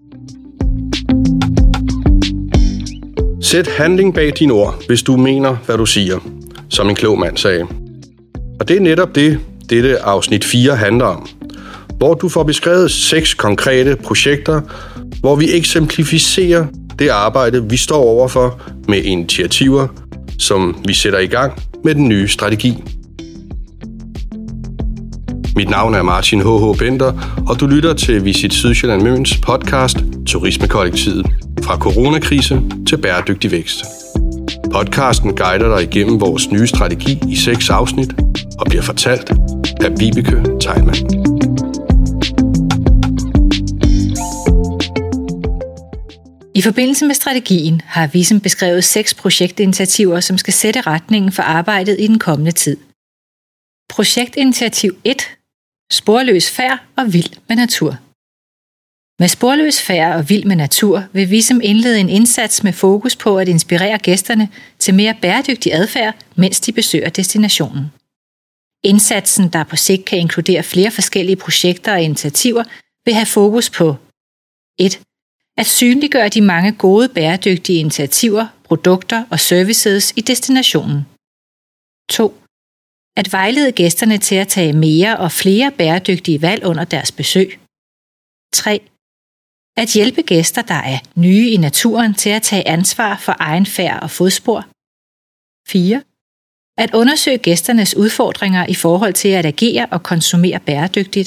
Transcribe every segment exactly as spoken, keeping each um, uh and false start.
Sæt handling bag dine ord, hvis du mener, hvad du siger, som en klog mand sagde. Og det er netop det, dette afsnit fire handler om, hvor du får beskrevet seks konkrete projekter, hvor vi eksemplificerer det arbejde, vi står overfor med initiativer, som vi sætter i gang med den nye strategi. Mit navn er Martin H H Bender, og du lytter til Visit Sydsjælland Møns podcast Turismekollektivet. Fra coronakrise til bæredygtig vækst. Podcasten guider dig igennem vores nye strategi i seks afsnit og bliver fortalt af Vibeke Teilmann. I forbindelse med strategien har Visum beskrevet seks projektinitiativer, som skal sætte retningen for arbejdet i den kommende tid. Projektinitiativ et. Sporløs færd og vild med natur. Med Sporløs færd og vild med natur vil Visum indlede en indsats med fokus på at inspirere gæsterne til mere bæredygtig adfærd, mens de besøger destinationen. Indsatsen, der på sigt kan inkludere flere forskellige projekter og initiativer, vil have fokus på et. At synliggøre de mange gode bæredygtige initiativer, produkter og services i destinationen. to. At vejlede gæsterne til at tage mere og flere bæredygtige valg under deres besøg. tre. At hjælpe gæster, der er nye i naturen, til at tage ansvar for egen færd og fodspor. fire. At undersøge gæsternes udfordringer i forhold til at agere og konsumere bæredygtigt.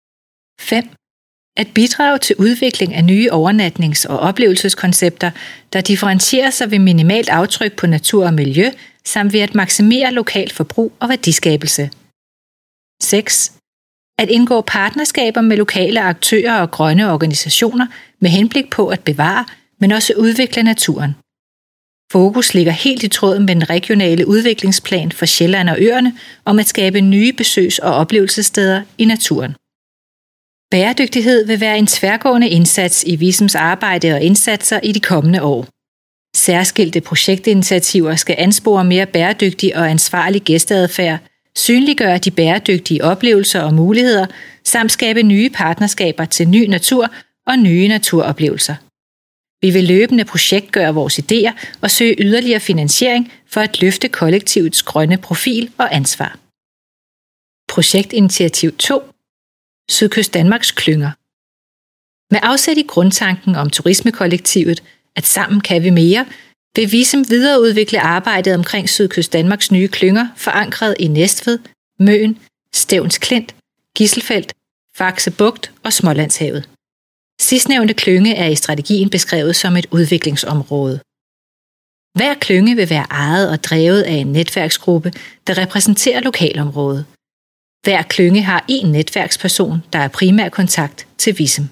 fem. At bidrage til udvikling af nye overnatnings- og oplevelseskoncepter, der differentierer sig ved minimalt aftryk på natur og miljø, samt ved at maksimere lokalt forbrug og værdiskabelse. seks. At indgå partnerskaber med lokale aktører og grønne organisationer med henblik på at bevare, men også udvikle naturen. Fokus ligger helt i tråd med den regionale udviklingsplan for Sjælland og Øerne om at skabe nye besøgs- og oplevelsessteder i naturen. Bæredygtighed vil være en tværgående indsats i Visums arbejde og indsatser i de kommende år. Særskilte projektinitiativer skal anspore mere bæredygtig og ansvarlig gæsteadfærd, synliggøre de bæredygtige oplevelser og muligheder, samt skabe nye partnerskaber til ny natur og nye naturoplevelser. Vi vil løbende projektgøre vores idéer og søge yderligere finansiering for at løfte kollektivets grønne profil og ansvar. Projektinitiativ to. Sydkyst Danmarks klynger. Med afsæt i grundtanken om turismekollektivet, at sammen kan vi mere, vil Visum videreudvikle arbejdet omkring Sydkyst Danmarks nye klynger, forankret i Næstved, Møn, Stevns Klint, Gisselfelt, Faxe Bugt og Smålandshavet. Sidstnævnte klynge er i strategien beskrevet som et udviklingsområde. Hver klynge vil være ejet og drevet af en netværksgruppe, der repræsenterer lokalområdet. Hver klynge har én netværksperson, der er primær kontakt til Visum.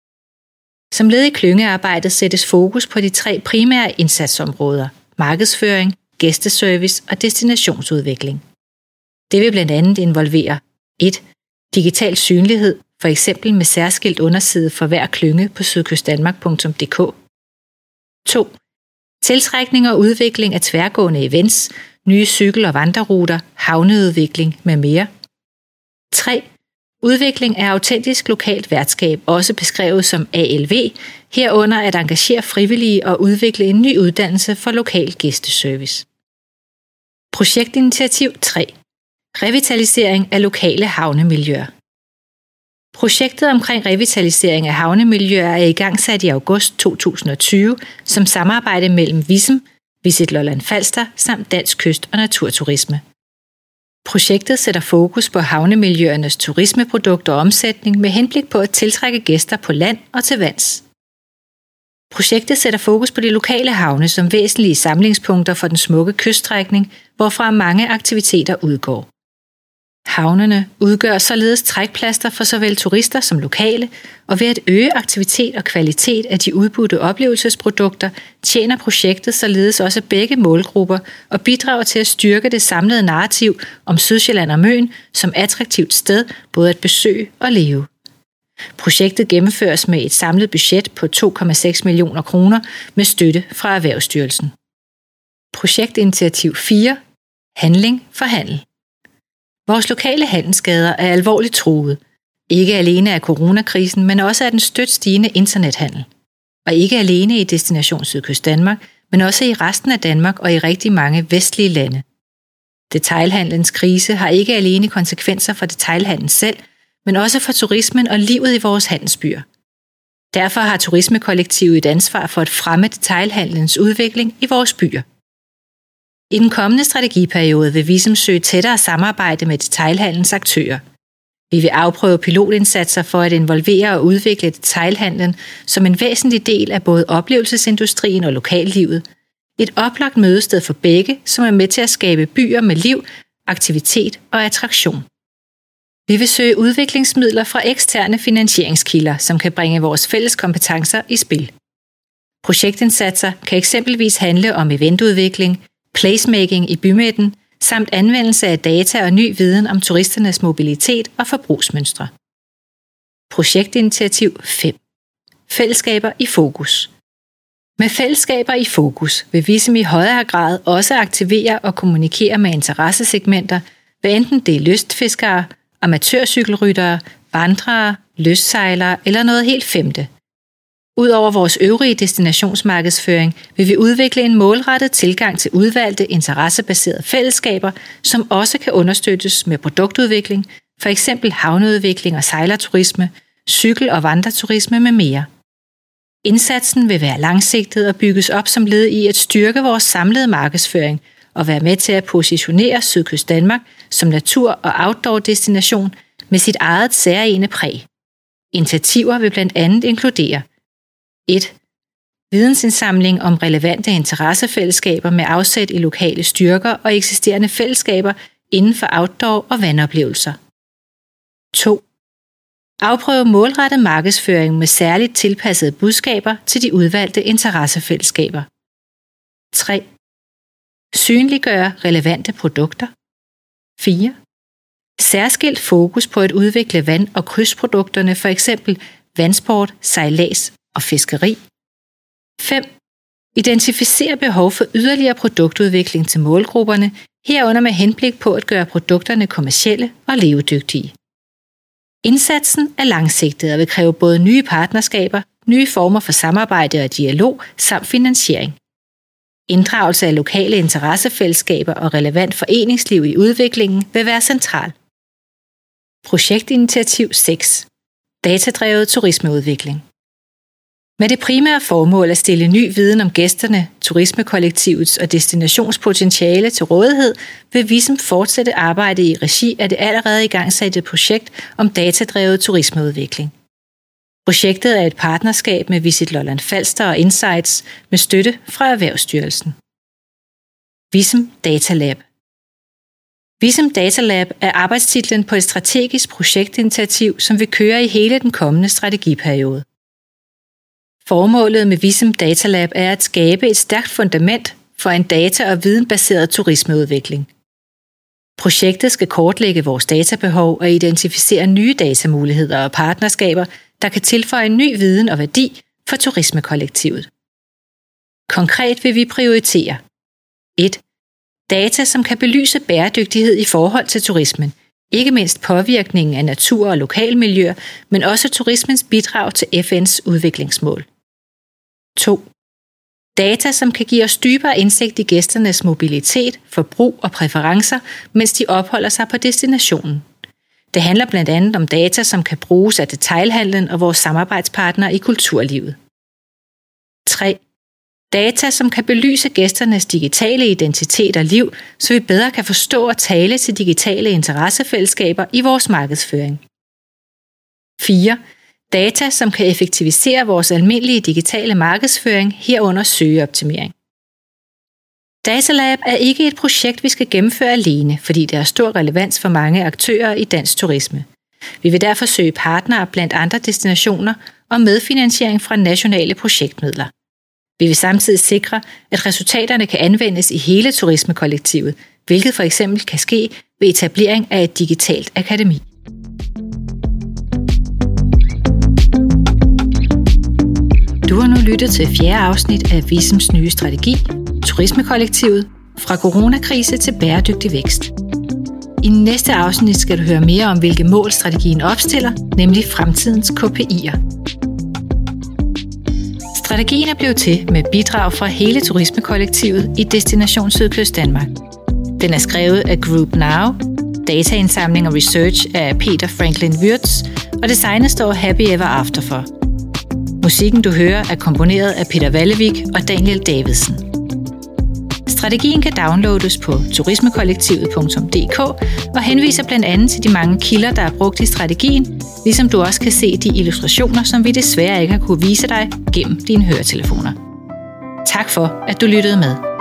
Som led i klyngearbejdet sættes fokus på de tre primære indsatsområder: markedsføring, gæsteservice og destinationsudvikling. Det vil blandt andet involvere et. Digital synlighed, for eksempel med særskilt underside for hver klynge på sydkystdanmark punktum d k. to. Tiltrækning og udvikling af tværgående events, nye cykel- og vandreruter, havneudvikling med mere. tre. Udvikling af autentisk lokalt værtskab, også beskrevet som A L V, herunder at engagere frivillige og udvikle en ny uddannelse for lokal gæsteservice. Projektinitiativ tre. Revitalisering af lokale havnemiljøer. Projektet omkring revitalisering af havnemiljøer er igangsat i august to tusind og tyve som samarbejde mellem Visum, Visit Lolland Falster samt Dansk Kyst- og Naturturisme. Projektet sætter fokus på havnemiljøernes turismeprodukter og omsætning med henblik på at tiltrække gæster på land og til vands. Projektet sætter fokus på de lokale havne som væsentlige samlingspunkter for den smukke kyststrækning, hvorfra mange aktiviteter udgår. Havnene udgør således trækplaster for såvel turister som lokale, og ved at øge aktivitet og kvalitet af de udbudte oplevelsesprodukter, tjener projektet således også begge målgrupper og bidrager til at styrke det samlede narrativ om Sydsjælland og Møn som attraktivt sted både at besøge og leve. Projektet gennemføres med et samlet budget på to komma seks millioner kroner med støtte fra Erhvervsstyrelsen. Projektinitiativ fire. Handling for handel. Vores lokale handelsgader er alvorligt truet. Ikke alene af coronakrisen, men også af den støt stigende internethandel. Og ikke alene i Destination Sydkyst Danmark, men også i resten af Danmark og i rigtig mange vestlige lande. Detailhandlens krise har ikke alene konsekvenser for detailhandlen selv, men også for turismen og livet i vores handelsbyer. Derfor har Turismekollektivet et ansvar for at fremme detailhandlens udvikling i vores byer. I den kommende strategiperiode vil Visum søge tættere samarbejde med detailhandlens aktører. Vi vil afprøve pilotindsatser for at involvere og udvikle detailhandlen som en væsentlig del af både oplevelsesindustrien og lokallivet. Et oplagt mødested for begge, som er med til at skabe byer med liv, aktivitet og attraktion. Vi vil søge udviklingsmidler fra eksterne finansieringskilder, som kan bringe vores fælles kompetencer i spil. Projektindsatser kan eksempelvis handle om eventudvikling, placemaking i bymidten, samt anvendelse af data og ny viden om turisternes mobilitet og forbrugsmønstre. Projektinitiativ fem. Fællesskaber i fokus. Med fællesskaber i fokus vil Visum i højere grad også aktivere og kommunikere med interessesegmenter, hvad enten det er lystfiskere, amatørcykelryttere, vandrere, lystsejlere eller noget helt femte. Udover vores øvrige destinationsmarkedsføring vil vi udvikle en målrettet tilgang til udvalgte interessebaserede fællesskaber, som også kan understøttes med produktudvikling, for eksempel havneudvikling og sejlerturisme, cykel- og vandreturisme med mere. Indsatsen vil være langsigtet og bygges op som led i at styrke vores samlede markedsføring og være med til at positionere Sydkyst Danmark som natur- og outdoor-destination med sit eget særegne præg. Initiativer vil blandt andet inkludere et. Vidensindsamling om relevante interessefællesskaber med afsæt i lokale styrker og eksisterende fællesskaber inden for outdoor- og vandoplevelser. to. Afprøve målrettet markedsføring med særligt tilpassede budskaber til de udvalgte interessefællesskaber. tre. Synliggøre relevante produkter. fire. Særskilt fokus på at udvikle vand- og krydsprodukterne, for eksempel vandsport, sejlads og fiskeri. fem. Identificere behov for yderligere produktudvikling til målgrupperne, herunder med henblik på at gøre produkterne kommercielle og levedygtige. Indsatsen er langsigtet og vil kræve både nye partnerskaber, nye former for samarbejde og dialog samt finansiering. Inddragelse af lokale interessefællesskaber og relevant foreningsliv i udviklingen vil være central. Projektinitiativ seks. Datadrevet turismeudvikling. Med det primære formål at stille ny viden om gæsterne, turismekollektivets og destinationspotentiale til rådighed, vil Visum fortsætte arbejde i regi af det allerede igangsatte projekt om datadrevet turismeudvikling. Projektet er et partnerskab med Visit Lolland Falster og Insights med støtte fra Erhvervsstyrelsen. Visum Datalab. Visum Datalab er arbejdstitlen på et strategisk projektinitiativ, som vil køre i hele den kommende strategiperiode. Formålet med Visum Datalab er at skabe et stærkt fundament for en data- og videnbaseret turismeudvikling. Projektet skal kortlægge vores databehov og identificere nye datamuligheder og partnerskaber, der kan tilføje ny viden og værdi for turismekollektivet. Konkret vil vi prioritere et. Data, som kan belyse bæredygtighed i forhold til turismen, ikke mindst påvirkningen af natur og lokalmiljøer, men også turismens bidrag til F N's udviklingsmål. to. Data, som kan give os dybere indsigt i gæsternes mobilitet, forbrug og præferencer, mens de opholder sig på destinationen. Det handler blandt andet om data, som kan bruges af detailhandlen og vores samarbejdspartnere i kulturlivet. tre. Data, som kan belyse gæsternes digitale identitet og liv, så vi bedre kan forstå og tale til digitale interessefællesskaber i vores markedsføring. fire. Data, som kan effektivisere vores almindelige digitale markedsføring, herunder søgeoptimering. Datalab er ikke et projekt, vi skal gennemføre alene, fordi det har stor relevans for mange aktører i dansk turisme. Vi vil derfor søge partnere blandt andre destinationer og medfinansiering fra nationale projektmidler. Vi vil samtidig sikre, at resultaterne kan anvendes i hele turismekollektivet, hvilket for eksempel kan ske ved etablering af et digitalt akademi. Du har nu lyttet til fjerde afsnit af Visums nye strategi, Turismekollektivet, fra coronakrise til bæredygtig vækst. I næste afsnit skal du høre mere om, hvilke mål strategien opstiller, nemlig fremtidens K P I'er. Strategien er blevet til med bidrag fra hele turismekollektivet i Destination Sydkyst Danmark. Den er skrevet af Group Now, dataindsamling og research af Peter Franklin Würtz, og designet står Happy Ever After for. Musikken, du hører, er komponeret af Peter Vallevik og Daniel Davidsen. Strategien kan downloades på turismekollektivet punktum d k og henviser blandt andet til de mange kilder, der er brugt i strategien, ligesom du også kan se de illustrationer, som vi desværre ikke har kunne vise dig gennem dine høretelefoner. Tak for, at du lyttede med.